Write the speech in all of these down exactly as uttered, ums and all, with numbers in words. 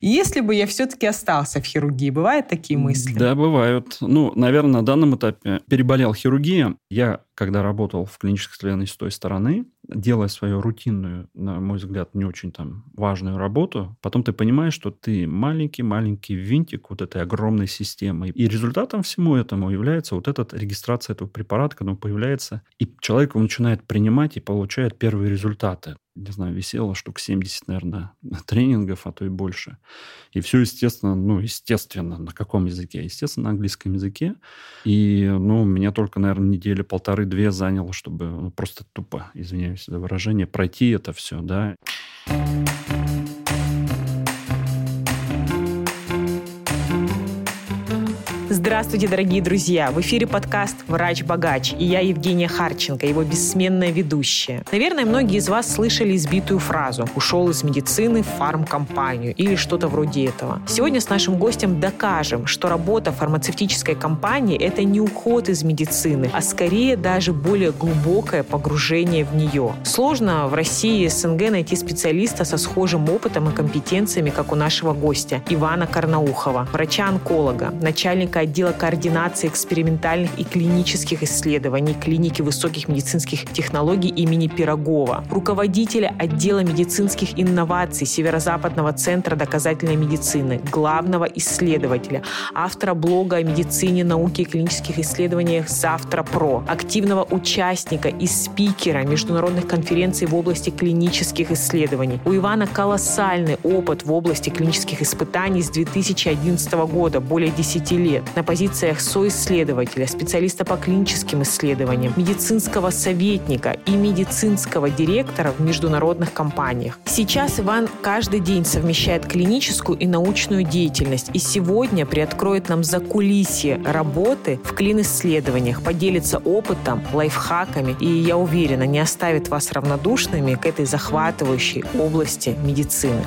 Если бы я все-таки остался в хирургии, бывают такие мысли? Да, бывают. Ну, наверное, на данном этапе переболел хирургия. Я, когда работал в клинической исследовании с той стороны, делая свою рутинную, на мой взгляд, не очень там важную работу, потом ты понимаешь, что ты маленький-маленький винтик вот этой огромной системы. И результатом всему этому является вот эта регистрация этого препарата, когда он появляется, и человек его начинает принимать и получает первые результаты. Не знаю, висело штук семьдесят, наверное, тренингов, а то и больше. И все, естественно, ну, естественно, на каком языке? Естественно, на английском языке. И, ну, меня только, наверное, недели полторы-две заняло, чтобы ну, просто тупо, извиняюсь за выражение, пройти это все, да. Здравствуйте, дорогие друзья! В эфире подкаст «Врач-богач», и я Евгения Харченко, его бессменная ведущая. Наверное, многие из вас слышали избитую фразу «ушел из медицины в фармкомпанию» или что-то вроде этого. Сегодня с нашим гостем докажем, что работа фармацевтической компании – это не уход из медицины, а скорее даже более глубокое погружение в нее. Сложно в России и СНГ найти специалиста со схожим опытом и компетенциями, как у нашего гостя Ивана Карнаухова, врача-онколога, начальника отдела координации экспериментальных и клинических исследований клиники высоких медицинских технологий имени Пирогова, руководителя отдела медицинских инноваций Северо-Западного центра доказательной медицины, главного исследователя, автора блога о медицине, науке и клинических исследованиях «Завтра.Про», активного участника и спикера международных конференций в области клинических исследований. У Ивана колоссальный опыт в области клинических испытаний с две тысячи одиннадцатого года, более десяти лет. На позициях соисследователя, специалиста по клиническим исследованиям, медицинского советника и медицинского директора в международных компаниях. Сейчас Иван каждый день совмещает клиническую и научную деятельность и сегодня приоткроет нам закулисье работы в клин-исследованиях, поделится опытом, лайфхаками и, я уверена, не оставит вас равнодушными к этой захватывающей области медицины.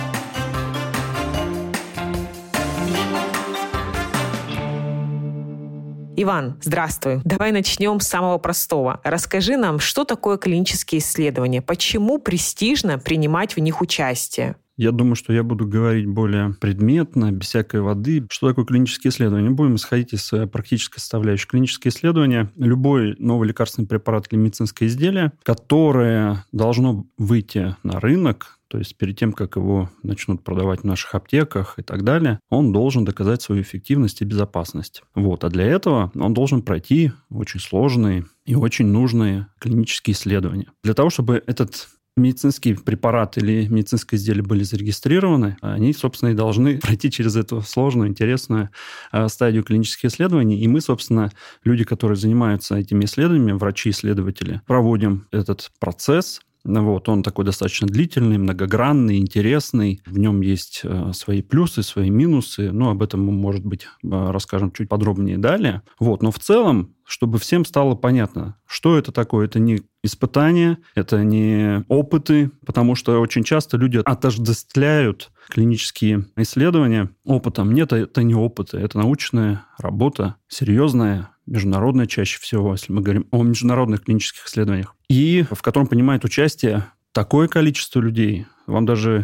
Иван, здравствуй. Давай начнем с самого простого. Расскажи нам, что такое клинические исследования? Почему престижно принимать в них участие? Я думаю, что я буду говорить более предметно, без всякой воды. Что такое клинические исследования? Будем исходить из практической составляющей. Клинические исследования – любой новый лекарственный препарат или медицинское изделие, которое должно выйти на рынок, то есть перед тем, как его начнут продавать в наших аптеках и так далее, он должен доказать свою эффективность и безопасность. Вот. А для этого он должен пройти очень сложные и очень нужные клинические исследования. Для того, чтобы этот медицинский препарат или медицинское изделие были зарегистрированы, они, собственно, и должны пройти через эту сложную, интересную стадию клинических исследований. И мы, собственно, люди, которые занимаются этими исследованиями, врачи-исследователи, проводим этот процесс. Вот, он такой достаточно длительный, многогранный, интересный. В нем есть свои плюсы, свои минусы. Ну, об этом мы, может быть, расскажем чуть подробнее далее. Вот, но в целом, чтобы всем стало понятно, что это такое. Это не испытания, это не опыты, потому что очень часто люди отождествляют клинические исследования опытом. Нет, это не опыты, это научная работа, серьезная, международная чаще всего, если мы говорим о международных клинических исследованиях, и в котором принимает участие такое количество людей. Вам даже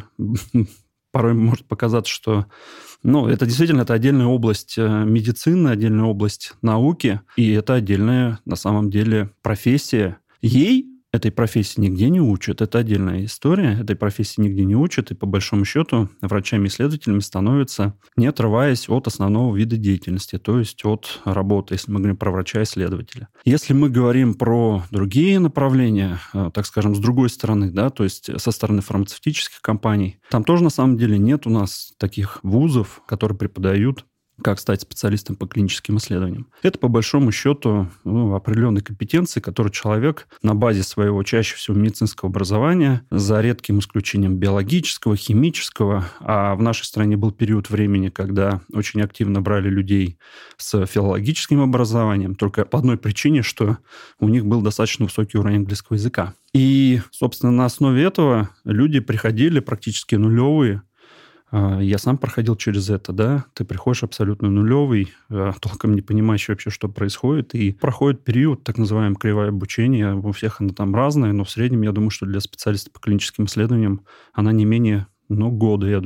порой может показаться, что ну, это действительно это отдельная область медицины, отдельная область науки, и это отдельная, на самом деле, профессия. Ей этой профессии нигде не учат. Это отдельная история. Этой профессии нигде не учат. И по большому счету врачами-исследователями становятся, не отрываясь от основного вида деятельности, то есть от работы, если мы говорим про врача-исследователя. Если мы говорим про другие направления, так скажем, с другой стороны, да, то есть со стороны фармацевтических компаний, там тоже на самом деле нет у нас таких вузов, которые преподают, как стать специалистом по клиническим исследованиям. Это, по большому счету, ну, определенные компетенции, которые человек на базе своего, чаще всего, медицинского образования, за редким исключением биологического, химического, а в нашей стране был период времени, когда очень активно брали людей с филологическим образованием, только по одной причине, что у них был достаточно высокий уровень английского языка. И, собственно, на основе этого люди приходили практически нулевые. Я сам проходил через это, да. Ты приходишь абсолютно нулевый, толком не понимающий вообще, что происходит, и проходит период, так называемый кривое обучение. У всех она там разная, но в среднем, я думаю, что для специалиста по клиническим исследованиям она не менее, ну, года, я думаю.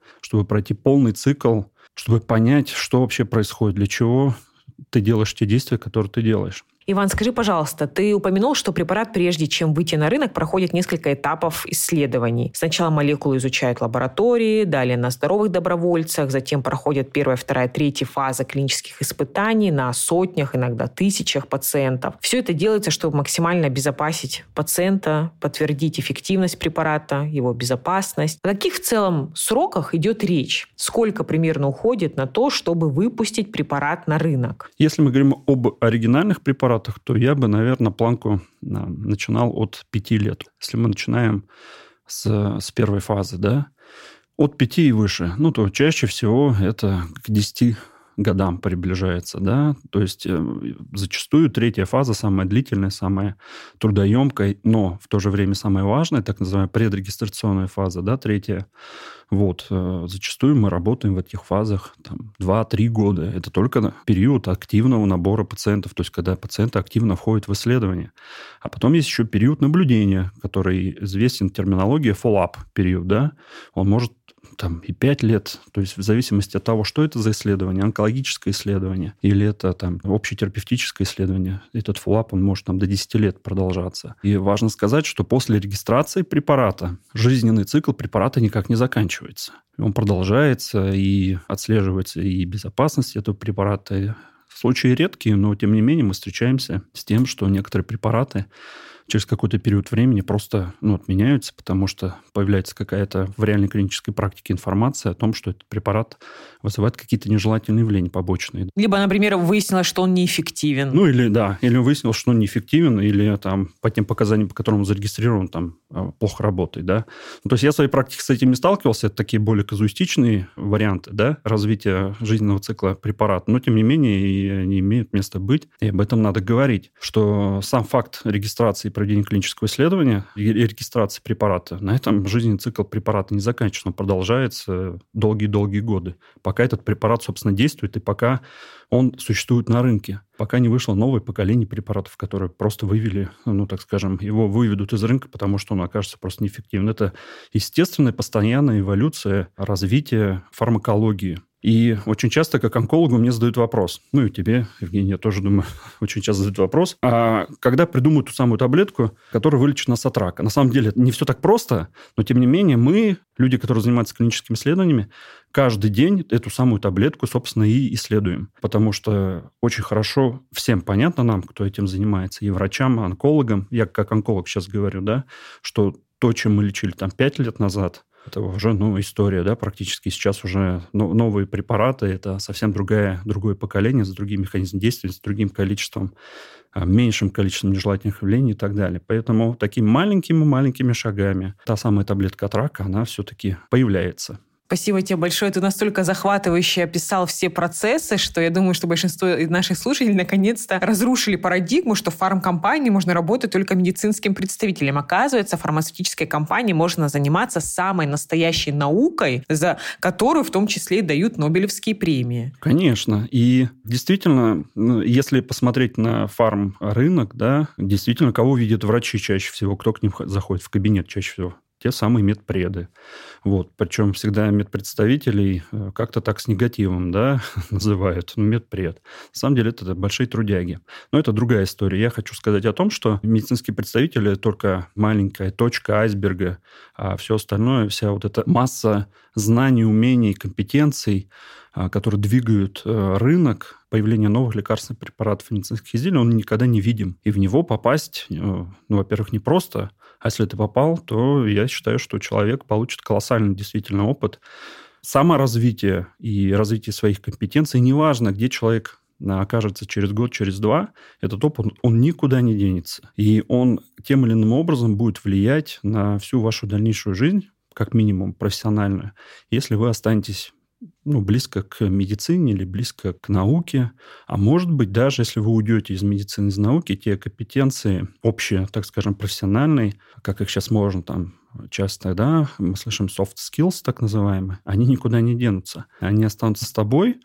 чтобы пройти полный цикл, чтобы понять, что вообще происходит, для чего ты делаешь те действия, которые ты делаешь. Иван, скажи, пожалуйста, ты упомянул, что препарат, прежде чем выйти на рынок, проходит несколько этапов исследований. Сначала молекулы изучают в лаборатории, далее на здоровых добровольцах, затем проходят первая, вторая, третья фаза клинических испытаний на сотнях, иногда тысячах пациентов. Все это делается, чтобы максимально обезопасить пациента, подтвердить эффективность препарата, его безопасность. О каких в целом сроках идет речь? Сколько примерно уходит на то, чтобы выпустить препарат на рынок? Если мы говорим об оригинальных препаратах, то я бы, наверное, планку начинал от пяти лет. Если мы начинаем с, с первой фазы, да, от пяти и выше, ну, то чаще всего это к десяти годам приближается, да, то есть э, зачастую третья фаза самая длительная, самая трудоемкая, но в то же время самая важная, так называемая предрегистрационная фаза, да, третья. Вот, э, зачастую мы работаем в этих фазах там, два-три года. Это только период активного набора пациентов, то есть когда пациенты активно входят в исследование. А потом есть еще период наблюдения, который известен терминология follow-up период, да, он может там и пять лет, то есть в зависимости от того, что это за исследование, онкологическое исследование или это там общетерапевтическое исследование, этот фоллоуап, он может там до десяти лет продолжаться. И важно сказать, что после регистрации препарата жизненный цикл препарата никак не заканчивается. Он продолжается и отслеживается и безопасность этого препарата. Случаи редкие, но тем не менее мы встречаемся с тем, что некоторые препараты через какой-то период времени просто ну, отменяются, потому что появляется какая-то в реальной клинической практике информация о том, что этот препарат вызывает какие-то нежелательные явления побочные. Либо, например, выяснилось, что он неэффективен. Ну, или да, или выяснилось, что он неэффективен, или там по тем показаниям, по которым он зарегистрирован, там плохо работает, да. Ну, то есть я в своей практике с этим не сталкивался, это такие более казуистичные варианты, да, развития жизненного цикла препарата, но, тем не менее, и они имеют место быть, и об этом надо говорить, что сам факт регистрации проведения клинического исследования и регистрации препарата, на этом жизненный цикл препарата не заканчивается, он продолжается долгие-долгие годы, пока этот препарат, собственно, действует и пока он существует на рынке, пока не вышло новое поколение препаратов, которые просто вывели, ну, так скажем, его выведут из рынка, потому что он окажется просто неэффективным. Это естественная, постоянная эволюция развития фармакологии. И очень часто, как онкологу, мне задают вопрос, ну и тебе, Евгений, я тоже думаю, очень часто задают вопрос, а когда придумают ту самую таблетку, которая вылечит нас от рака? На самом деле не все так просто, но тем не менее мы, люди, которые занимаются клиническими исследованиями, каждый день эту самую таблетку, собственно, и исследуем. Потому что очень хорошо всем понятно нам, кто этим занимается, и врачам, и онкологам, я как онколог сейчас говорю, да, что то, чем мы лечили там пять лет назад, это уже ну, история, да, практически сейчас уже новые препараты, это совсем другая, другое поколение, с другим механизмом действия, с другим количеством, меньшим количеством нежелательных явлений и так далее. Поэтому такими маленькими-маленькими шагами та самая таблетка от рака, она все-таки появляется. Спасибо тебе большое. Ты настолько захватывающе описал все процессы, что я думаю, что большинство наших слушателей наконец-то разрушили парадигму, что в фармкомпании можно работать только медицинским представителем. Оказывается, в фармацевтической компании можно заниматься самой настоящей наукой, за которую в том числе и дают Нобелевские премии. Конечно. И действительно, если посмотреть на фарм-рынок, да, действительно, кого видят врачи чаще всего, кто к ним заходит в кабинет чаще всего? Те самые медпреды. Вот. Причем всегда медпредставителей как-то так с негативом, да, называют. Ну, медпред. На самом деле это большие трудяги. Но это другая история. Я хочу сказать о том, что медицинские представители – только маленькая точка айсберга, а все остальное, вся вот эта масса знаний, умений, компетенций, которые двигают рынок появления новых лекарственных препаратов и медицинских изделий, он никогда не видим. И в него попасть, ну, во-первых, не просто, а если ты попал, то я считаю, что человек получит колоссальный действительно опыт саморазвития и развития своих компетенций. Неважно, где человек окажется через год, через два, этот опыт, он никуда не денется. И он тем или иным образом будет влиять на всю вашу дальнейшую жизнь, как минимум профессиональную, если вы останетесь ну, близко к медицине или близко к науке. А может быть, даже если вы уйдете из медицины, из науки, те компетенции общие, так скажем, профессиональные, как их сейчас можно там часто, да, мы слышим soft skills, так называемые, они никуда не денутся. Они останутся с тобой,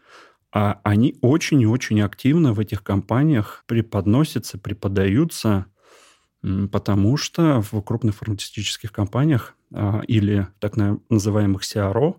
а они очень и очень активно в этих компаниях преподносятся, преподаются, потому что в крупных фармацевтических компаниях а, или так называемых си ар о,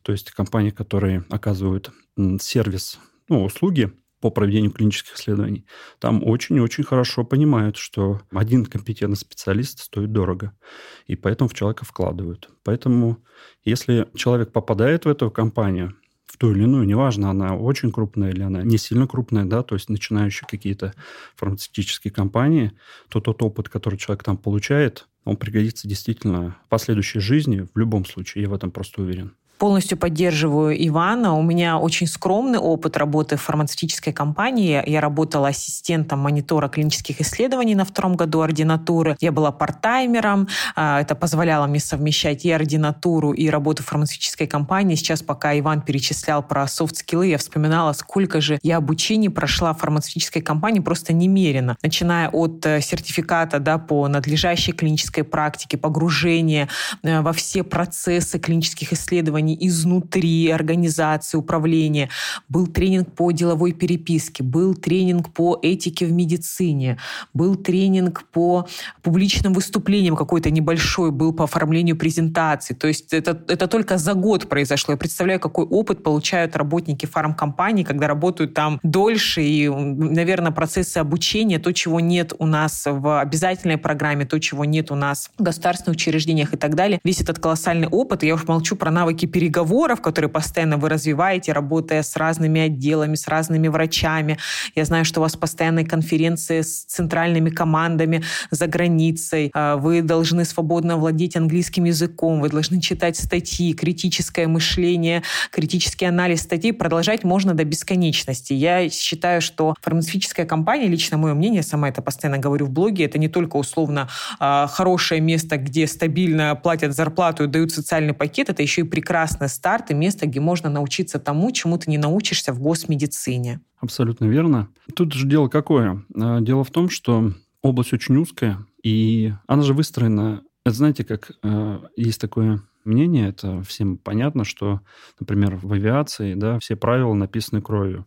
то есть компании, которые оказывают сервис, ну, услуги по проведению клинических исследований, там очень-очень хорошо понимают, что один компетентный специалист стоит дорого, и поэтому в человека вкладывают. Поэтому если человек попадает в эту компанию, в ту или иную, неважно, она очень крупная или она не сильно крупная, да, то есть начинающие какие-то фармацевтические компании, то тот опыт, который человек там получает, он пригодится действительно в последующей жизни в любом случае, я в этом просто уверен. Полностью поддерживаю Ивана. У меня очень скромный опыт работы в фармацевтической компании. Я работала ассистентом монитора клинических исследований на втором году ординатуры. Я была парт-таймером. Это позволяло мне совмещать и ординатуру, и работу в фармацевтической компании. Сейчас, пока Иван перечислял про софт-скиллы, я вспоминала, сколько же я обучений прошла в фармацевтической компании просто немерено. Начиная от сертификата, да, по надлежащей клинической практике, погружения во все процессы клинических исследований изнутри организации, управления. Был тренинг по деловой переписке, был тренинг по этике в медицине, был тренинг по публичным выступлениям какой-то небольшой, был по оформлению презентаций. То есть это, это только за год произошло. Я представляю, какой опыт получают работники фармкомпаний, когда работают там дольше. И, наверное, процессы обучения, то, чего нет у нас в обязательной программе, то, чего нет у нас в государственных учреждениях и так далее. Весь этот колоссальный опыт, и я уж молчу про навыки переговоров, которые постоянно вы развиваете, работая с разными отделами, с разными врачами. Я знаю, что у вас постоянные конференции с центральными командами за границей. Вы должны свободно владеть английским языком, вы должны читать статьи, критическое мышление, критический анализ статей. Продолжать можно до бесконечности. Я считаю, что фармацевтическая компания, лично мое мнение, сама это постоянно говорю в блоге, это не только условно хорошее место, где стабильно платят зарплату и дают социальный пакет, это еще и прекрасный старт и место, где можно научиться тому, чему ты не научишься в госмедицине. Абсолютно верно. Тут же дело какое? Дело в том, что область очень узкая, и она же выстроена... Это знаете, как э, есть такое мнение, это всем понятно, что, например, в авиации, да, все правила написаны кровью.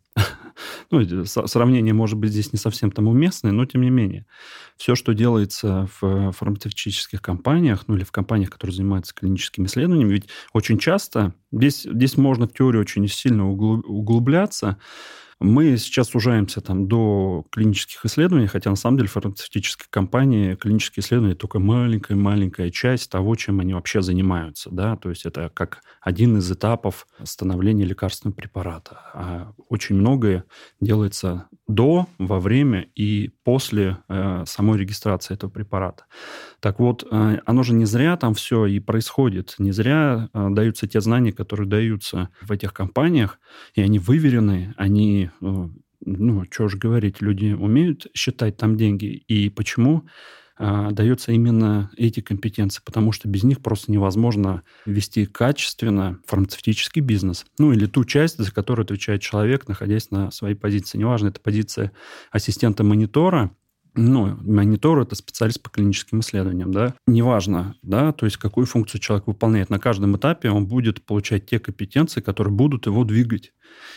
Ну, сравнение, может быть, здесь не совсем там уместное, но тем не менее. Все, что делается в фармацевтических компаниях, ну или в компаниях, которые занимаются клиническими исследованиями, ведь очень часто, здесь, здесь можно в теории очень сильно углубляться. Мы сейчас сужаемся там до клинических исследований, хотя на самом деле в фармацевтической компании клинические исследования только маленькая-маленькая часть того, чем они вообще занимаются. Да? То есть это как один из этапов становления лекарственного препарата. А очень многое делается до, во время и после э, самой регистрации этого препарата. Так вот, э, оно же не зря там все и происходит. Не зря э, даются те знания, которые даются в этих компаниях, и они выверены, они... Ну, что же говорить, люди умеют считать там деньги. И почему э, даются именно эти компетенции? Потому что без них просто невозможно вести качественно фармацевтический бизнес. Ну, или ту часть, за которую отвечает человек, находясь на своей позиции. Неважно, это позиция ассистента-монитора. Ну, монитор – это специалист по клиническим исследованиям, да. Неважно, да, то есть какую функцию человек выполняет. На каждом этапе он будет получать те компетенции, которые будут его двигать.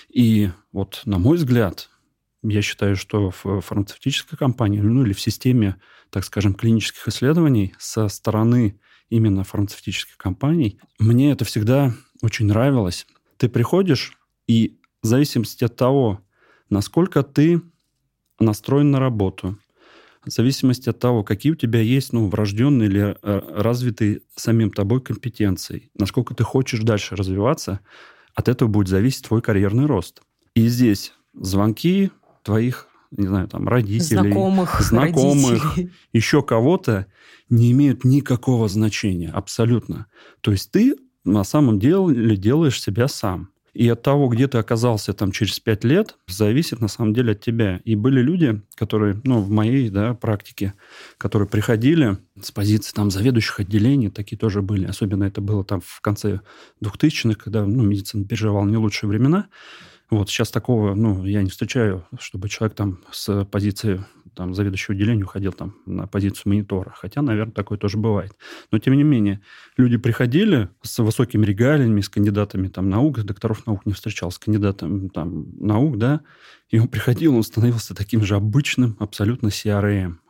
И вот, на мой взгляд, я считаю, что в фармацевтической компании, ну, или в системе, так скажем, клинических исследований со стороны именно фармацевтических компаний, мне это всегда очень нравилось. Ты приходишь, и в зависимости от того, насколько ты настроен на работу, в зависимости от того, какие у тебя есть, ну, врожденные или развитые самим тобой компетенции, насколько ты хочешь дальше развиваться, от этого будет зависеть твой карьерный рост. И здесь звонки твоих, не знаю, там, родителей, знакомых, знакомых родителей. Еще кого-то не имеют никакого значения, абсолютно. То есть ты на самом деле делаешь себя сам. И от того, где ты оказался там через пять лет, зависит на самом деле от тебя. И были люди, которые, ну, в моей, да, практике, которые приходили с позиции там заведующих отделений, такие тоже были. Особенно это было там в конце двухтысячных, когда, ну, медицина переживала не лучшие времена. Вот сейчас такого, ну, я не встречаю, чтобы человек там с позиции там, заведующего отделения уходил там на позицию монитора. Хотя, наверное, такое тоже бывает. Но, тем не менее, люди приходили с высокими регалиями, с кандидатами там, наук, докторов наук не встречал, с кандидатом там, наук, да, и он приходил, он становился таким же обычным абсолютно си ар эм.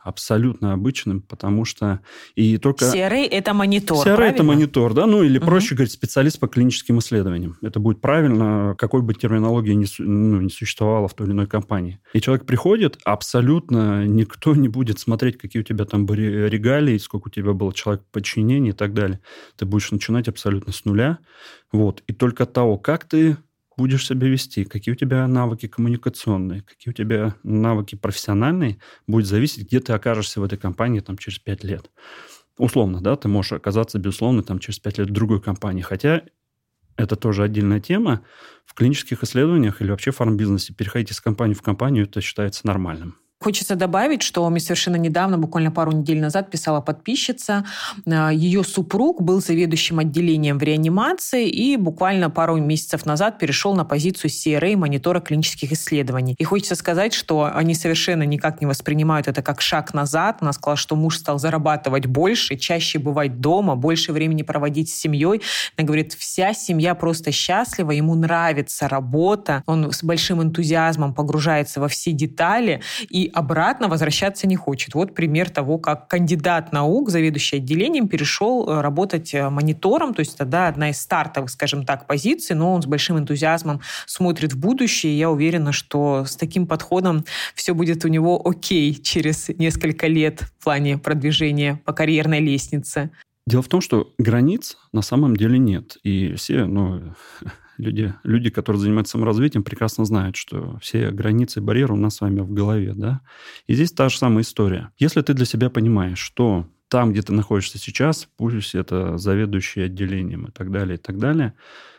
абсолютно обычным, потому что и только... си ар эй – это монитор, си ар эй правильно? это монитор, да, ну или Угу. проще говорить, специалист по клиническим исследованиям. Это будет правильно, какой бы терминологии ни, ну, не существовало в той или иной компании. И человек приходит, абсолютно никто не будет смотреть, какие у тебя там были регалии, сколько у тебя было человек подчинений и так далее. Ты будешь начинать абсолютно с нуля. Вот. И только от того, как ты будешь себя вести, какие у тебя навыки коммуникационные, какие у тебя навыки профессиональные, будет зависеть, где ты окажешься в этой компании там, через пять лет. Условно, да, ты можешь оказаться, безусловно, там, через пять лет в другой компании. Хотя это тоже отдельная тема. В клинических исследованиях или вообще в фармбизнесе переходить из компании в компанию, это считается нормальным. Хочется добавить, что мне совершенно недавно, буквально пару недель назад, писала подписчица. Ее супруг был заведующим отделением в реанимации и буквально пару месяцев назад перешел на позицию си ар эй, монитора клинических исследований. И хочется сказать, что они совершенно никак не воспринимают это как шаг назад. Она сказала, что муж стал зарабатывать больше, чаще бывать дома, больше времени проводить с семьей. Она говорит, вся семья просто счастлива, ему нравится работа, он с большим энтузиазмом погружается во все детали и обратно возвращаться не хочет. Вот пример того, как кандидат наук, заведующий отделением, перешел работать монитором, то есть тогда одна из стартовых, скажем так, позиций, но он с большим энтузиазмом смотрит в будущее, и я уверена, что с таким подходом все будет у него окей через несколько лет в плане продвижения по карьерной лестнице. Дело в том, что границ на самом деле нет. И все, ну, люди, люди, которые занимаются саморазвитием, прекрасно знают, что все границы и барьеры у нас с вами в голове, да. И здесь та же самая история. Если ты для себя понимаешь, что там, где ты находишься сейчас, пусть это заведующий отделением и так далее, и так далее,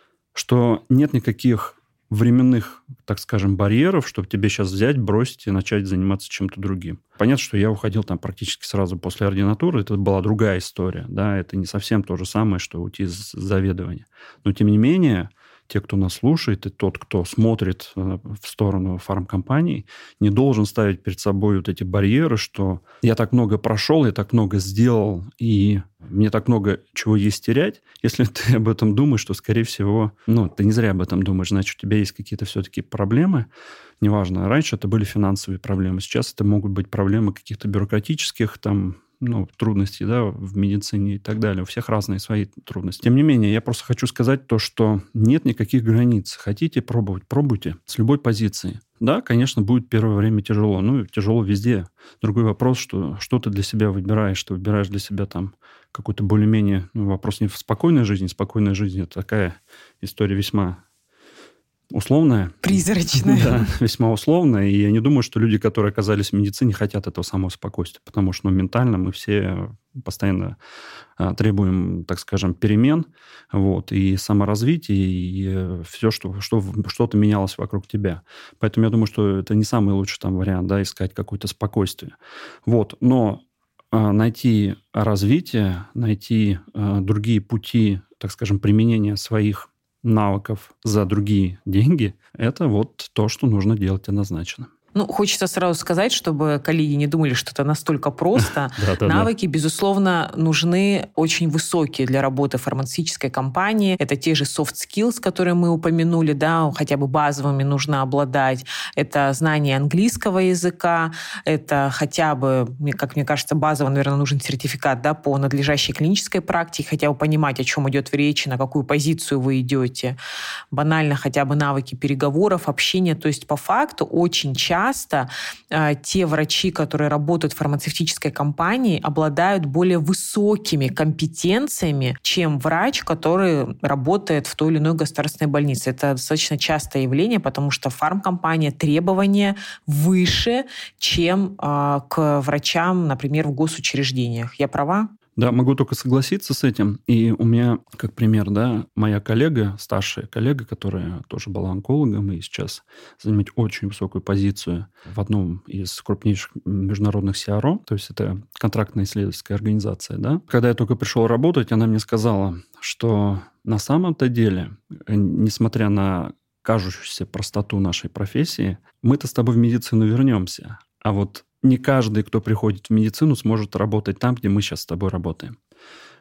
что нет никаких временных, так скажем, барьеров, чтобы тебе сейчас взять, бросить и начать заниматься чем-то другим. Понятно, что я уходил там практически сразу после ординатуры, это была другая история, да, это не совсем то же самое, что уйти из заведования. Но, тем не менее, те, кто нас слушает, и тот, кто смотрит в сторону фармкомпаний, не должен ставить перед собой вот эти барьеры, что я так много прошел, я так много сделал, и мне так много чего есть терять. Если ты об этом думаешь, то, скорее всего, ну, ты не зря об этом думаешь, значит, у тебя есть какие-то все-таки проблемы. Неважно, раньше это были финансовые проблемы, сейчас это могут быть проблемы каких-то бюрократических, там, ну, трудностей, да, в медицине и так далее. У всех разные свои трудности. Тем не менее, я просто хочу сказать то, что нет никаких границ. Хотите пробовать, пробуйте с любой позиции. Да, конечно, будет первое время тяжело. Ну, тяжело везде. Другой вопрос, что, что ты для себя выбираешь. Ты выбираешь для себя там какой-то более-менее... Ну, вопрос не в спокойной жизни. Спокойная жизнь – это такая история весьма условная. Призрачная. Да, весьма условная. И я не думаю, что люди, которые оказались в медицине, хотят этого самого спокойствия. Потому что ну, ментально мы все постоянно а, требуем, так скажем, перемен. Вот, и саморазвития, и все, что, что, что-то менялось вокруг тебя. Поэтому я думаю, что это не самый лучший там вариант, да, искать какое-то спокойствие. Вот. Но а, найти развитие, найти а, другие пути, так скажем, применения своих навыков за другие деньги, это вот то, что нужно делать однозначно. Ну, хочется сразу сказать, чтобы коллеги не думали, что это настолько просто. Навыки, безусловно, нужны очень высокие для работы фармацевтической компании. Это те же soft skills, которые мы упомянули, да, хотя бы базовыми нужно обладать. Это знание английского языка, это хотя бы, как мне кажется, базово, наверное, нужен сертификат, да, по надлежащей клинической практике, хотя бы понимать, о чем идет в речи, на какую позицию вы идете. Банально хотя бы навыки переговоров, общения. То есть, по факту, очень часто Часто э, те врачи, которые работают в фармацевтической компании, обладают более высокими компетенциями, чем врач, который работает в той или иной государственной больнице. Это достаточно частое явление, потому что фармкомпания требования выше, чем э, к врачам, например, в госучреждениях. Я права? Да, могу только согласиться с этим. И у меня, как пример, да, моя коллега, старшая коллега, которая тоже была онкологом и сейчас занимает очень высокую позицию в одном из крупнейших международных си ар о, то есть это контрактная исследовательская организация, да. Когда я только пришел работать, она мне сказала, что на самом-то деле, несмотря на кажущуюся простоту нашей профессии, мы-то с тобой в медицину вернемся. А вот не каждый, кто приходит в медицину, сможет работать там, где мы сейчас с тобой работаем.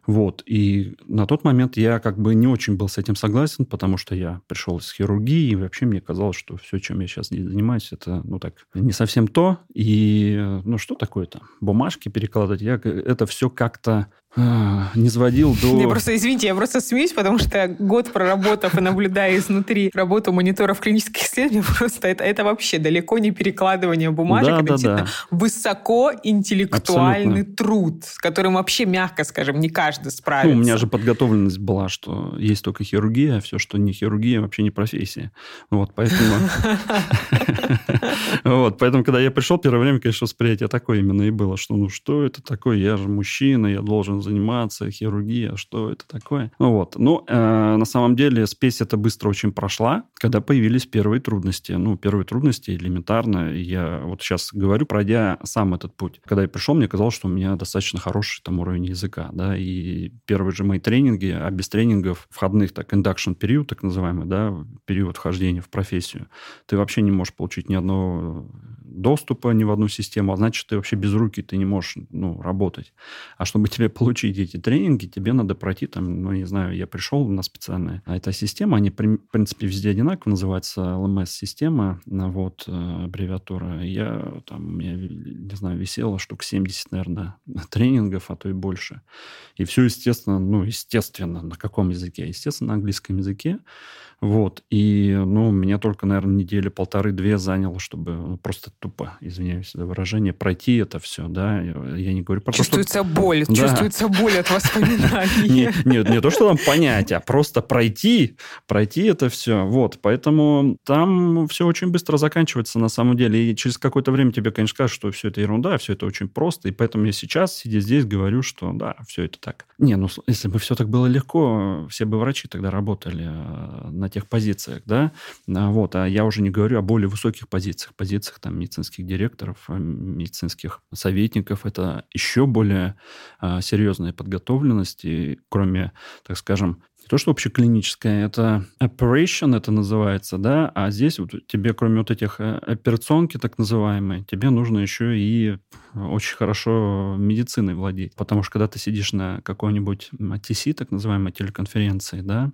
Вот. И на тот момент я как бы не очень был с этим согласен, потому что я пришел из хирургии, и вообще мне казалось, что все, чем я сейчас занимаюсь, это, ну, так, не совсем то. И, ну, что такое-то? Бумажки перекладывать. Я это все как-то а, не сводил до... Я просто, извините, я просто смеюсь, потому что год проработав и наблюдая изнутри работу мониторов клинических исследований, просто это, это вообще далеко не перекладывание бумажек, да, это да, действительно да. высокоинтеллектуальный Абсолютно. труд, с которым вообще, мягко скажем, не каждый справится. Ну, у меня же подготовленность была, что есть только хирургия, а все, что не хирургия, вообще не профессия. Вот, поэтому... Вот, поэтому, когда я пришел, первое время, конечно, восприятие такое именно и было, что, ну, что это такое? Я же мужчина, я должен заниматься хирургией, что это такое? Ну, вот. Ну, э, на самом деле, спесь эта быстро очень прошла, когда появились первые трудности. Ну, первые трудности элементарно. Я вот сейчас говорю, пройдя сам этот путь. Когда я пришел, мне казалось, что у меня достаточно хороший там уровень языка, да, и первые же мои тренинги, а без тренингов входных, так, induction период, так называемый, да, период вхождения в профессию, ты вообще не можешь получить ни одного доступа ни в одну систему, а значит, ты вообще без руки ты не можешь, ну, работать. А чтобы тебе получить эти тренинги, тебе надо пройти там, ну, не знаю, я пришел на специальная а эта система, они, в принципе, везде одинаково, называется эл эм эс-система, вот, аббревиатура. Я там, у меня, не знаю, висело штук семьдесят, наверное, тренингов, а то и больше. И все, естественно, ну, естественно, на каком языке? Естественно, на английском языке. Вот. И, ну, меня только, наверное, недели полторы-две заняло, чтобы ну, просто тупо, извиняюсь за выражение, пройти это все, да. Я не говорю про чувствуется то, что... боль, да. Чувствуется боль от воспоминаний. Нет, не то, что там понять, а просто пройти, пройти это все. Вот. Поэтому там все очень быстро заканчивается на самом деле. И через какое-то время тебе, конечно, скажут, что все это ерунда, все это очень просто. И поэтому я сейчас, сидя здесь, говорю, что да, все это так. Не, ну, если бы все так было легко, все бы врачи тогда работали на тех позициях, да, вот, а я уже не говорю о более высоких позициях, позициях там медицинских директоров, медицинских советников, это еще более а, серьезная подготовленность, и кроме, так скажем, не то, что общеклиническое, это operation, это называется, да, а здесь вот тебе, кроме вот этих операционки, так называемые, тебе нужно еще и очень хорошо медициной владеть, потому что когда ты сидишь на какой-нибудь ти си, так называемой телеконференции, да,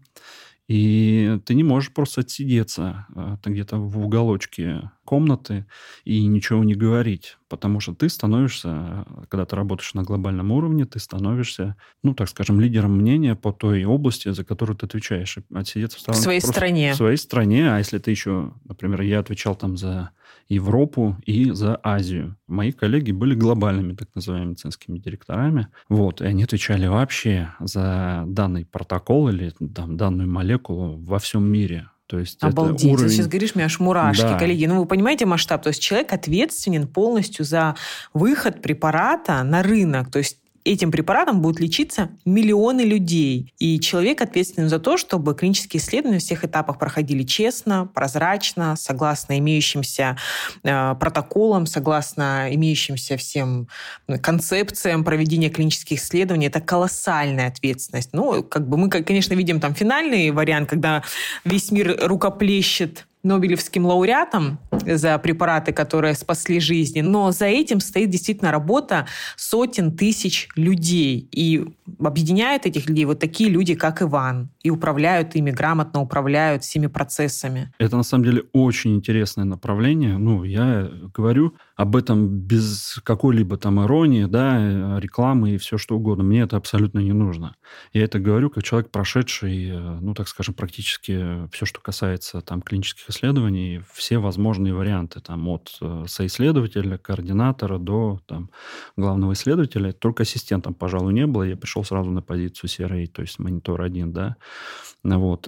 и ты не можешь просто отсидеться ты где-то в уголочке комнаты и ничего не говорить, потому что ты становишься, когда ты работаешь на глобальном уровне, ты становишься, ну, так скажем, лидером мнения по той области, за которую ты отвечаешь. Отсидеться в, в своей стране. В своей стране, а если ты еще, например, я отвечал там за Европу и за Азию. Мои коллеги были глобальными, так называемыми, медицинскими директорами. Вот, и они отвечали вообще за данный протокол или там, данную молекулу во всем мире. То есть обалдеть. Это уровень... Ты сейчас говоришь, мне аж мурашки, да. коллеги. Ну, вы понимаете масштаб? То есть человек ответственен полностью за выход препарата на рынок. То есть этим препаратом будут лечиться миллионы людей. И человек ответственен за то, чтобы клинические исследования на всех этапах проходили честно, прозрачно, согласно имеющимся э, протоколам, согласно имеющимся всем концепциям проведения клинических исследований. Это колоссальная ответственность. Ну, как бы мы, конечно, видим там финальный вариант, когда весь мир рукоплещет Нобелевским лауреатам за препараты, которые спасли жизни. Но за этим стоит действительно работа сотен тысяч людей. И объединяют этих людей вот такие люди, как Иван. И управляют ими, грамотно управляют всеми процессами. Это, на самом деле, очень интересное направление. Ну, я говорю об этом без какой-либо там иронии, да, рекламы и все что угодно. Мне это абсолютно не нужно. Я это говорю как человек, прошедший, ну, так скажем, практически все, что касается там клинических исследований, все возможные варианты, там, от соисследователя, координатора до там, главного исследователя. Только ассистентом, пожалуй, не было. Я пришел сразу на позицию си ар эй, то есть монитор один, да. Вот.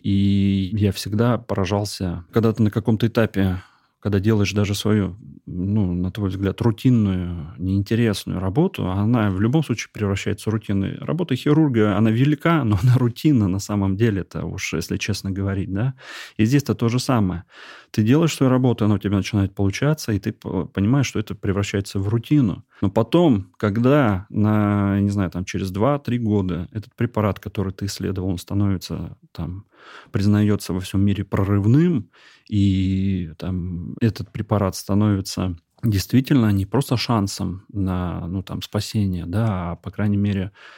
И я всегда поражался, когда ты на каком-то этапе, когда делаешь даже свою, ну, на твой взгляд, рутинную, неинтересную работу, она в любом случае превращается в рутинную. Работа хирурга, она велика, но она рутинна на самом деле, это уж, если честно говорить, да. И здесь-то то же самое. Ты делаешь свою работу, она у тебя начинает получаться, и ты понимаешь, что это превращается в рутину. Но потом, когда, на, не знаю, там, через два-три года этот препарат, который ты исследовал, он становится, там, признается во всем мире прорывным, и там, этот препарат становится действительно не просто шансом на, ну, там, спасение, да, а, по крайней мере,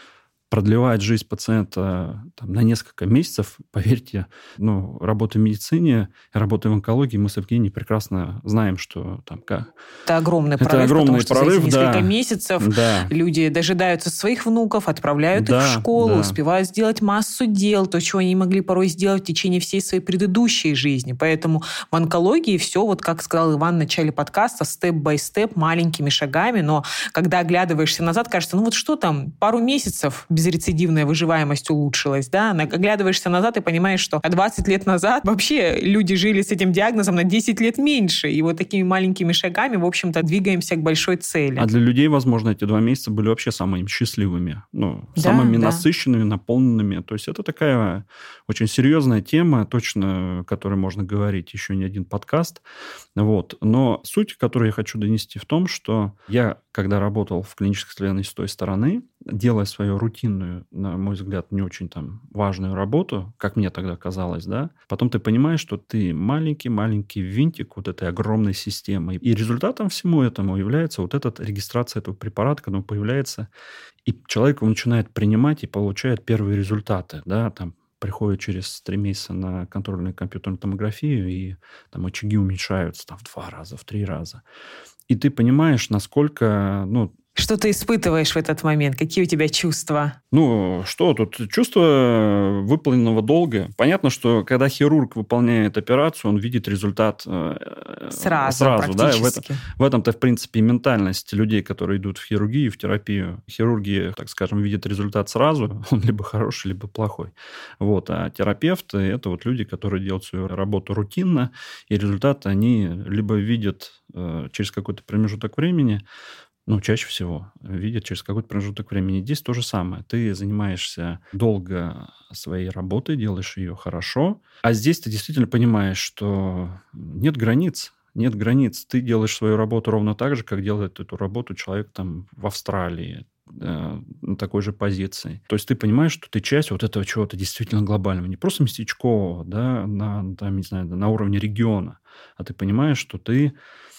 продлевает жизнь пациента там, на несколько месяцев, поверьте, ну, работая в медицине, работая в онкологии, мы с Евгенией прекрасно знаем, что там как... Это огромный это прорыв, огромный потому что прорыв, за эти несколько да, месяцев да. люди дожидаются своих внуков, отправляют да, их в школу, да. успевают сделать массу дел, то, чего они не могли порой сделать в течение всей своей предыдущей жизни. Поэтому в онкологии все, вот как сказал Иван в начале подкаста, степ-бай-степ, маленькими шагами, но когда оглядываешься назад, кажется, ну вот что там, пару месяцев безрецидивная выживаемость улучшилась, да? Оглядываешься назад и понимаешь, что двадцать лет назад вообще люди жили с этим диагнозом на десять лет меньше. И вот такими маленькими шагами, в общем-то, двигаемся к большой цели. А для людей, возможно, эти два месяца были вообще самыми счастливыми, ну, да, самыми да. насыщенными, наполненными. То есть это такая очень серьезная тема, точно, о которой можно говорить еще не один подкаст. Вот. Но суть, которую я хочу донести, в том, что я, когда работал в клинической исследовании с той стороны, делая свою рутинную, на мой взгляд, не очень там важную работу, как мне тогда казалось, да, потом ты понимаешь, что ты маленький-маленький винтик вот этой огромной системы. И результатом всему этому является вот эта регистрация этого препарата, когда он появляется, и человек его начинает принимать и получает первые результаты, да, там, приходит через три месяца на контрольную компьютерную томографию, и там очаги уменьшаются там, в два раза, в три раза. И ты понимаешь, насколько... ну, что ты испытываешь в этот момент? Какие у тебя чувства? Ну, что тут? Чувство выполненного долга. Понятно, что когда хирург выполняет операцию, он видит результат э, сразу, сразу да? В, практически. этом, в этом-то, в принципе, и ментальность людей, которые идут в хирургию, в терапию. Хирурги, так скажем, видят результат сразу, он либо хороший, либо плохой. Вот. А терапевты – это вот люди, которые делают свою работу рутинно, и результаты они либо видят э, через какой-то промежуток времени, ну, чаще всего видят через какой-то промежуток времени. Здесь то же самое. Ты занимаешься долго своей работой, делаешь ее хорошо, а здесь ты действительно понимаешь, что нет границ. Нет границ. Ты делаешь свою работу ровно так же, как делает эту работу человек там в Австралии, на такой же позиции. То есть ты понимаешь, что ты часть вот этого чего-то действительно глобального. Не просто местечкового, да, на, там, не знаю, на уровне региона, а ты понимаешь, что ты...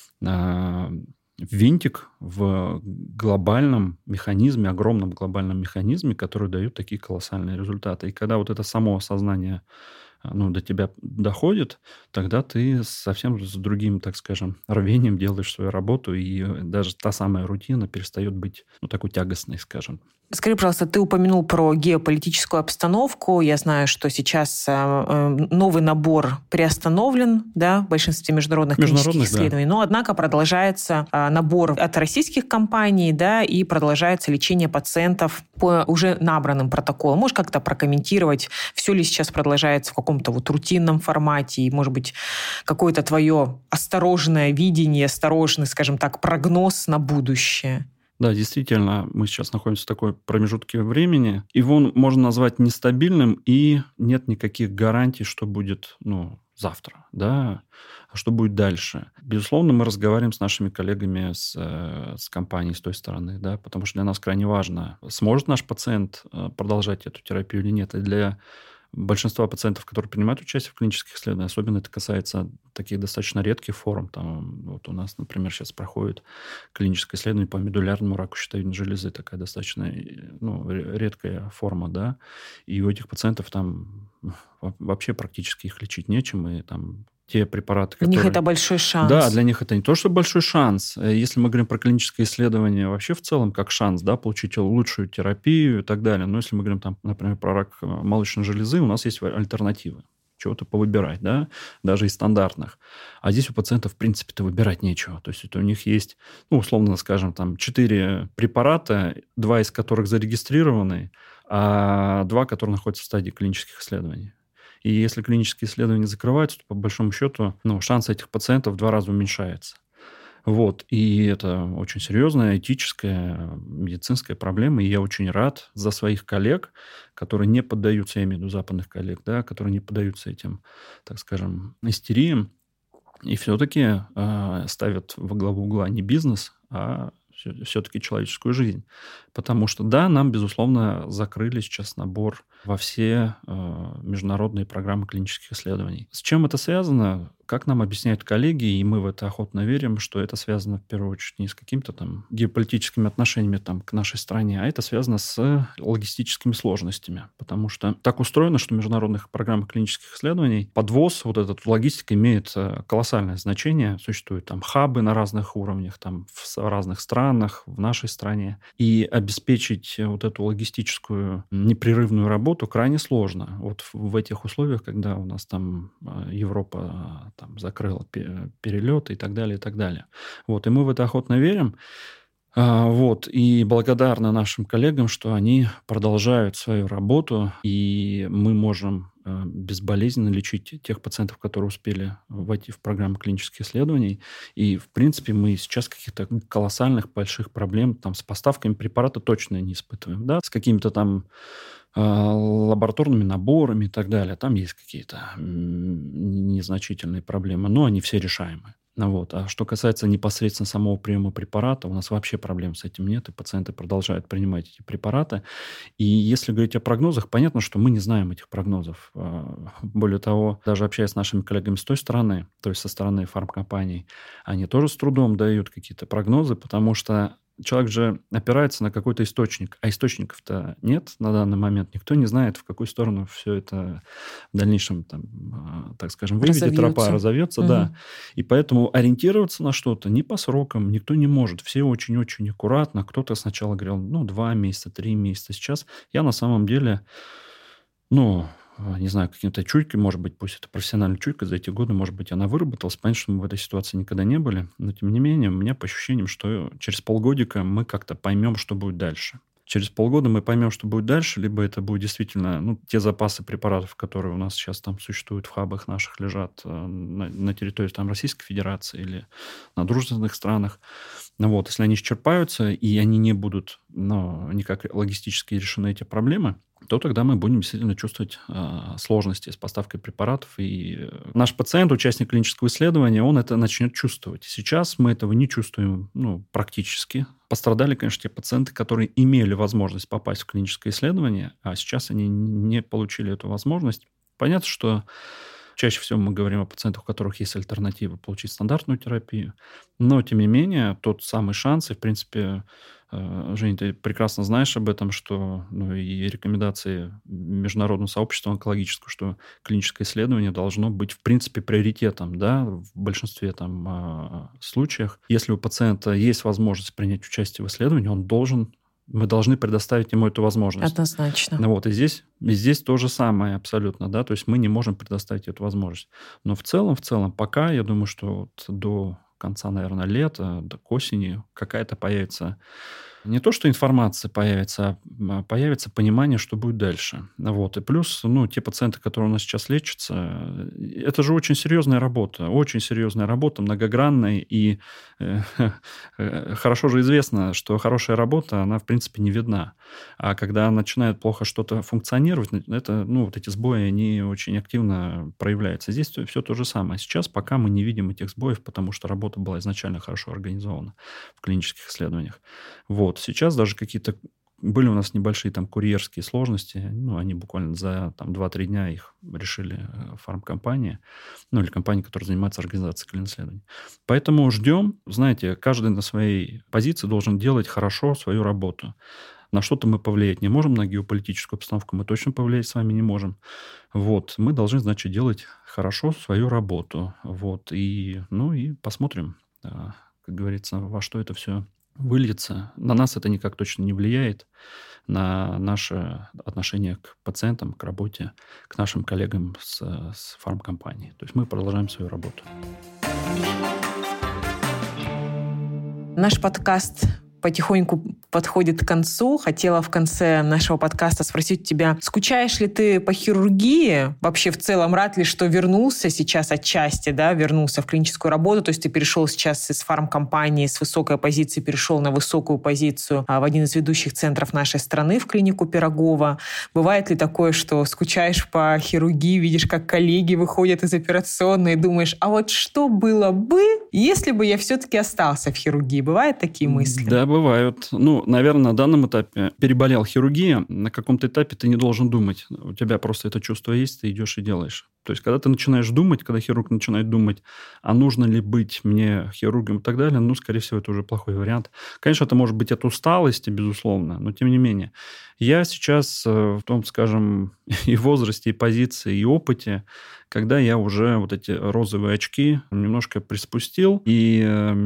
винтик в глобальном механизме, огромном глобальном механизме, который дает такие колоссальные результаты. И когда вот это само осознание ну, до тебя доходит, тогда ты совсем с другим, так скажем, рвением делаешь свою работу, и даже та самая рутина перестает быть ну, такой тягостной, скажем. Скажи, пожалуйста, ты упомянул про геополитическую обстановку. Я знаю, что сейчас новый набор приостановлен, да, в большинстве международных, международных клинических исследований, да. Но, однако, продолжается набор от российских компаний, да, и продолжается лечение пациентов по уже набранным протоколам. Можешь как-то прокомментировать, все ли сейчас продолжается в каком-то вот рутинном формате, и, может быть, какое-то твое осторожное видение, осторожный, скажем так, прогноз на будущее? Да, действительно, мы сейчас находимся в такой промежутке времени. Его можно назвать нестабильным, и нет никаких гарантий, что будет ну, завтра, да, а что будет дальше. Безусловно, мы разговариваем с нашими коллегами с, с компанией с той стороны, да, потому что для нас крайне важно, сможет наш пациент продолжать эту терапию или нет. И для большинства пациентов, которые принимают участие в клинических исследованиях, особенно это касается таких достаточно редких форм. Там, вот у нас, например, сейчас проходит клиническое исследование по медулярному раку щитовидной железы, такая достаточно ну, редкая форма, да, и у этих пациентов там вообще практически их лечить нечем, и там те препараты, которые... Для них это большой шанс. Да, для них это не то, что большой шанс. Если мы говорим про клиническое исследование вообще в целом как шанс, да, получить лучшую терапию и так далее. Но если мы говорим, там, например, про рак молочной железы, у нас есть альтернативы. Чего-то повыбирать, да, даже из стандартных. А здесь у пациентов, в принципе-то, выбирать нечего. То есть это у них есть, ну, условно скажем, там, четыре препарата, два из которых зарегистрированы, а два, которые находятся в стадии клинических исследований. И если клинические исследования закрываются, то, по большому счету, ну, шанс этих пациентов в два раза уменьшается. Вот. И это очень серьезная этическая, медицинская проблема. И я очень рад за своих коллег, которые не поддаются, я имею в виду западных коллег, да, которые не поддаются этим, так скажем, истериям. И все-таки э, ставят во главу угла не бизнес, а все-таки человеческую жизнь. Потому что, да, нам, безусловно, закрыли сейчас набор во все э, международные программы клинических исследований. С чем это связано? как нам объясняют коллеги, и мы в это охотно верим, что это связано в первую очередь не с какими-то там геополитическими отношениями там, к нашей стране, а это связано с логистическими сложностями. Потому что так устроено, что в международных программах клинических исследований подвоз, вот этот логистика имеет колоссальное значение. Существуют там хабы на разных уровнях, там в разных странах, в нашей стране. И обеспечить вот эту логистическую непрерывную работу крайне сложно. Вот в этих условиях, когда у нас там Европа там, закрыла перелеты и так далее, и так далее. Вот, и мы в это охотно верим. Вот, и благодарны нашим коллегам, что они продолжают свою работу, и мы можем безболезненно лечить тех пациентов, которые успели войти в программу клинических исследований. И, в принципе, мы сейчас каких-то колоссальных, больших проблем там, с поставками препарата точно не испытываем. Да? С какими-то там лабораторными наборами и так далее. Там есть какие-то незначительные проблемы, но они все решаемы. Вот. А что касается непосредственно самого приема препарата, у нас вообще проблем с этим нет, и пациенты продолжают принимать эти препараты. И если говорить о прогнозах, понятно, что мы не знаем этих прогнозов. Более того, даже общаясь с нашими коллегами с той стороны, то есть со стороны фармкомпаний, они тоже с трудом дают какие-то прогнозы, потому что человек же опирается на какой-то источник, а источников-то нет на данный момент. Никто не знает, в какую сторону все это в дальнейшем, там, так скажем, выведет, тропа разовьется. Угу. Да. И поэтому ориентироваться на что-то не по срокам никто не может. Все очень-очень аккуратно. Кто-то сначала говорил, ну, два месяца, три месяца. Сейчас я на самом деле, ну... не знаю, каким-то чуйкой, может быть, пусть это профессиональная чуйка, за эти годы, может быть, она выработалась. Понятно, что мы в этой ситуации никогда не были, но, тем не менее, у меня по ощущениям, что через полгодика мы как-то поймем, что будет дальше. Через полгода мы поймем, что будет дальше, либо это будет действительно, ну, те запасы препаратов, которые у нас сейчас там существуют в хабах наших, лежат на, на территории там, Российской Федерации или на дружественных странах. Ну, вот, если они исчерпаются, и они не будут, ну, никак логистически решены эти проблемы, то тогда мы будем действительно чувствовать э, сложности с поставкой препаратов. И наш пациент, участник клинического исследования, он это начнет чувствовать. Сейчас мы этого не чувствуем, ну, практически. Пострадали, конечно, те пациенты, которые имели возможность попасть в клиническое исследование, а сейчас они не получили эту возможность. Понятно, что чаще всего мы говорим о пациентах, у которых есть альтернатива получить стандартную терапию. Но, тем не менее, тот самый шанс, и, в принципе, Жень, ты прекрасно знаешь об этом, что ну, и рекомендации международного сообщества онкологического, что клиническое исследование должно быть, в принципе, приоритетом, да, в большинстве там, случаев. Если у пациента есть возможность принять участие в исследовании, он должен... Мы должны предоставить ему эту возможность. Однозначно. Вот, и здесь, и здесь то же самое абсолютно, да, то есть мы не можем предоставить эту возможность. Но в целом, в целом, пока, я думаю, что вот до конца, наверное, лета, до к осени какая-то появится... Не то, что информация появится, а появится понимание, что будет дальше. Вот. И плюс, ну, те пациенты, которые у нас сейчас лечатся, это же очень серьезная работа. Очень серьезная работа, многогранная. И э, э, хорошо же известно, что хорошая работа, она, в принципе, не видна. А когда начинает плохо что-то функционировать, это, ну, вот эти сбои, они очень активно проявляются. Здесь все то же самое. Сейчас пока мы не видим этих сбоев, потому что работа была изначально хорошо организована в клинических исследованиях. Вот. Сейчас даже какие-то... Были у нас небольшие там курьерские сложности. Ну, они буквально за там, два-три дня их решили фармкомпания. Ну, или компания, которая занимается организацией клинических исследований. Поэтому ждем. Знаете, каждый на своей позиции должен делать хорошо свою работу. На что-то мы повлиять не можем, на геополитическую обстановку мы точно повлиять с вами не можем. Вот. Мы должны, значит, делать хорошо свою работу. Вот. И, ну, и посмотрим, как говорится, во что это все выльется. На нас это никак точно не влияет, на наше отношение к пациентам, к работе, к нашим коллегам с, с фармкомпанией. То есть мы продолжаем свою работу. Наш подкаст потихоньку подходит к концу. Хотела в конце нашего подкаста спросить у тебя, скучаешь ли ты по хирургии? Вообще в целом рад ли, что вернулся сейчас отчасти, да, вернулся в клиническую работу? То есть ты перешел сейчас из фармкомпании, с высокой позиции перешел на высокую позицию в один из ведущих центров нашей страны, в клинику Пирогова. Бывает ли такое, что скучаешь по хирургии, видишь, как коллеги выходят из операционной и думаешь, а вот что было бы, если бы я все-таки остался в хирургии? Бывают такие мысли? Да, бывают. Ну, наверное, на данном этапе переболел хирургия. На каком-то этапе ты не должен думать. У тебя просто это чувство есть, ты идешь и делаешь. То есть, когда ты начинаешь думать, когда хирург начинает думать, а нужно ли быть мне хирургом и так далее, ну, скорее всего, это уже плохой вариант. Конечно, это может быть от усталости, безусловно, но тем не менее. Я сейчас в том, скажем, и возрасте, и позиции, и опыте, когда я уже вот эти розовые очки немножко приспустил, и,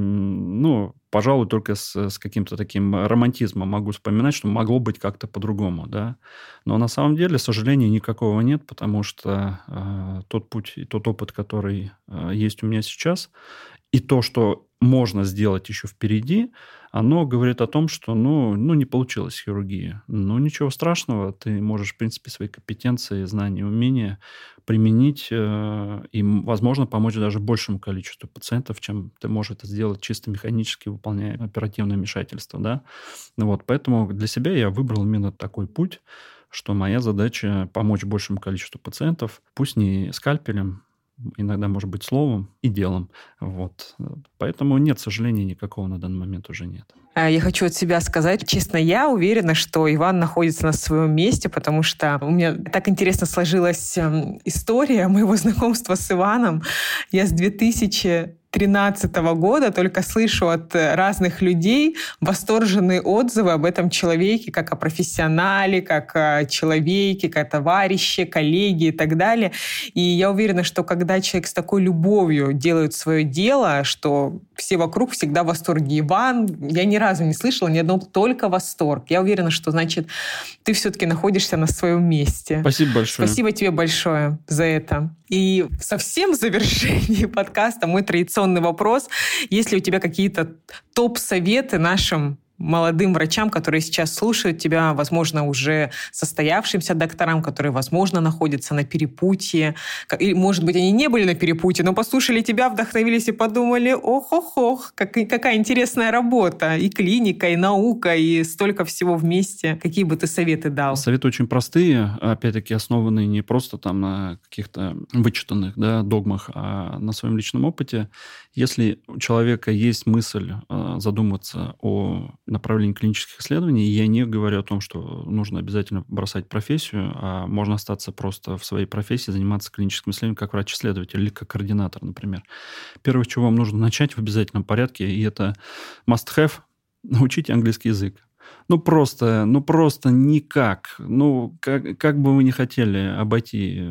ну, пожалуй, только с, с каким-то таким романтизмом могу вспоминать, что могло быть как-то по-другому, да. Но на самом деле, сожалений никакого нет, потому что э, тот путь и тот опыт, который э, есть у меня сейчас, и то, что можно сделать еще впереди, оно говорит о том, что, ну, ну не получилось хирургия. Ну, ничего страшного, ты можешь, в принципе, свои компетенции, знания, умения применить э, и, возможно, помочь даже большему количеству пациентов, чем ты можешь это сделать чисто механически, выполняя оперативное вмешательство, да. Вот, поэтому для себя я выбрал именно такой путь, что моя задача помочь большему количеству пациентов, пусть не скальпелем, иногда, может быть, словом и делом. Вот. Поэтому нет, сожаления никакого на данный момент уже нет. Я хочу от себя сказать, честно, я уверена, что Иван находится на своем месте, потому что у меня так интересно сложилась история моего знакомства с Иваном. Я с две тысячи тринадцатого года только слышу от разных людей восторженные отзывы об этом человеке, как о профессионале, как о человеке, как о товарище, коллеге и так далее. И я уверена, что когда человек с такой любовью делает свое дело, что все вокруг всегда в восторге. Иван, я ни разу не слышала ни одного, только восторг. Я уверена, что, значит, ты все-таки находишься на своем месте. Спасибо большое. Спасибо тебе большое за это. И совсем в завершении подкаста мой традиционный вопрос. Есть ли у тебя какие-то топ-советы нашим молодым врачам, которые сейчас слушают тебя, возможно, уже состоявшимся докторам, которые, возможно, находятся на перепутье. Или, может быть, они не были на перепутье, но послушали тебя, вдохновились и подумали, ох-ох-ох, как, какая интересная работа. И клиника, и наука, и столько всего вместе. Какие бы ты советы дал? Советы очень простые, опять-таки основанные не просто там на каких-то вычитанных, да, догмах, а на своем личном опыте. Если у человека есть мысль э, задуматься о направлении клинических исследований, я не говорю о том, что нужно обязательно бросать профессию, а можно остаться просто в своей профессии, заниматься клиническим исследованием как врач-исследователь или как координатор, например. Первое, с чего вам нужно начать в обязательном порядке, и это must-have, научите английский язык. Ну, просто, ну, просто никак. Ну, как, как бы вы ни хотели обойти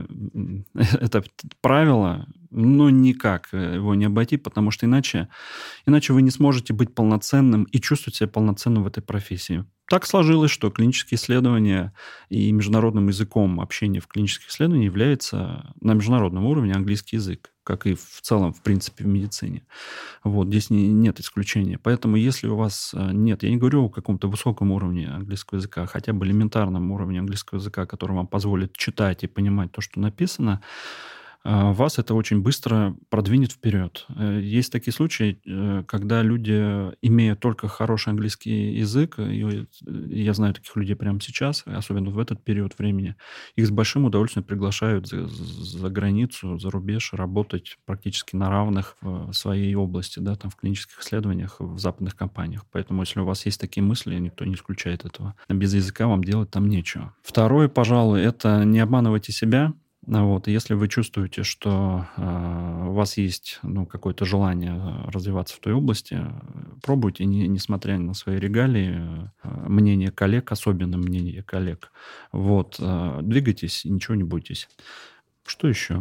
это правило, но никак его не обойти, потому что иначе, иначе вы не сможете быть полноценным и чувствовать себя полноценным в этой профессии. Так сложилось, что клинические исследования и международным языком общения в клинических исследованиях является на международном уровне английский язык, как и в целом, в принципе, в медицине. Вот, здесь не, нет исключения. Поэтому, если у вас нет, я не говорю о каком-то высоком уровне английского языка, а хотя бы элементарном уровне английского языка, который вам позволит читать и понимать то, что написано, вас это очень быстро продвинет вперед. Есть такие случаи, когда люди, имея только хороший английский язык, и я знаю таких людей прямо сейчас, особенно в этот период времени, их с большим удовольствием приглашают за, за границу, за рубеж работать практически на равных в своей области, да, там в клинических исследованиях, в западных компаниях. Поэтому, если у вас есть такие мысли, никто не исключает этого. Без языка вам делать там нечего. Второе, пожалуй, это не обманывайте себя. Вот, если вы чувствуете, что э, у вас есть ну, какое-то желание развиваться в той области, пробуйте, не, несмотря на свои регалии, э, мнение коллег, особенно мнение коллег. Вот, э, двигайтесь, ничего не бойтесь. Что еще?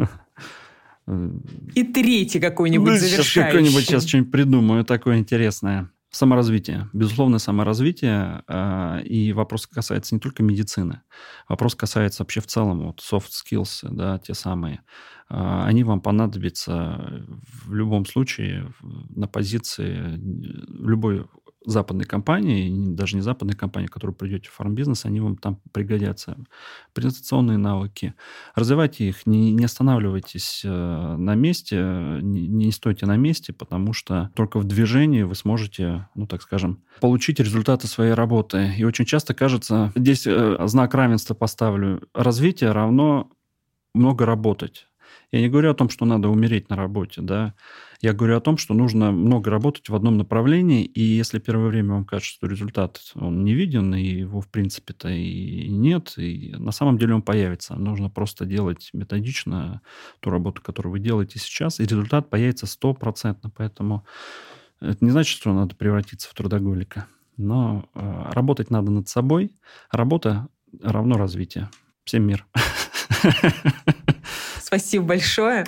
И третий какой-нибудь ну, завершающий. Сейчас какой-нибудь сейчас что-нибудь придумаю такое интересное. Саморазвитие. Безусловно, саморазвитие. Э, и вопрос касается не только медицины. Вопрос касается вообще в целом вот soft skills, да, те самые. Э, они вам понадобятся в любом случае на позиции любой западной компании, даже не западной компании, в которую придете в фармбизнес, они вам там пригодятся. Презентационные навыки. Развивайте их, не, не останавливайтесь на месте, не, не стойте на месте, потому что только в движении вы сможете, ну, так скажем, получить результаты своей работы. И очень часто кажется, здесь знак равенства поставлю, развитие равно много работать. Я не говорю о том, что надо умереть на работе, да. Я говорю о том, что нужно много работать в одном направлении, и если первое время вам кажется, что результат он не виден, и его, в принципе-то, и нет, и на самом деле он появится. Нужно просто делать методично ту работу, которую вы делаете сейчас, и результат появится стопроцентно. Поэтому это не значит, что надо превратиться в трудоголика. Но э, работать надо над собой. Работа равно развитие. Всем мир. Спасибо большое.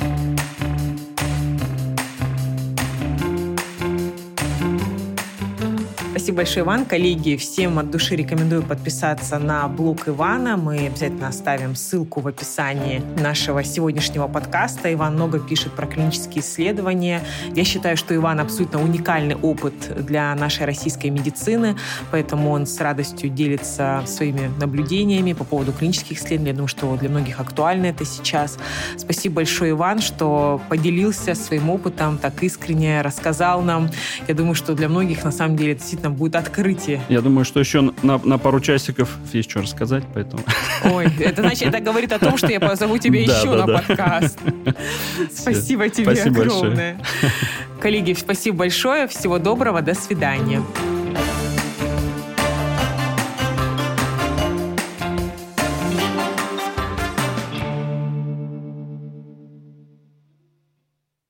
Спасибо большое, Иван. Коллеги, всем от души рекомендую подписаться на блог Ивана. Мы обязательно оставим ссылку в описании нашего сегодняшнего подкаста. Иван много пишет про клинические исследования. Я считаю, что Иван абсолютно уникальный опыт для нашей российской медицины, поэтому он с радостью делится своими наблюдениями по поводу клинических исследований. Я думаю, что для многих актуально это сейчас. Спасибо большое, Иван, что поделился своим опытом, так искренне рассказал нам. Я думаю, что для многих на самом деле это действительно будет открытие. Я думаю, что еще на, на пару часиков есть что рассказать, поэтому... Ой, это значит, это говорит о том, что я позову тебя еще на подкаст. Спасибо тебе огромное. Коллеги, спасибо большое. Всего доброго. До свидания.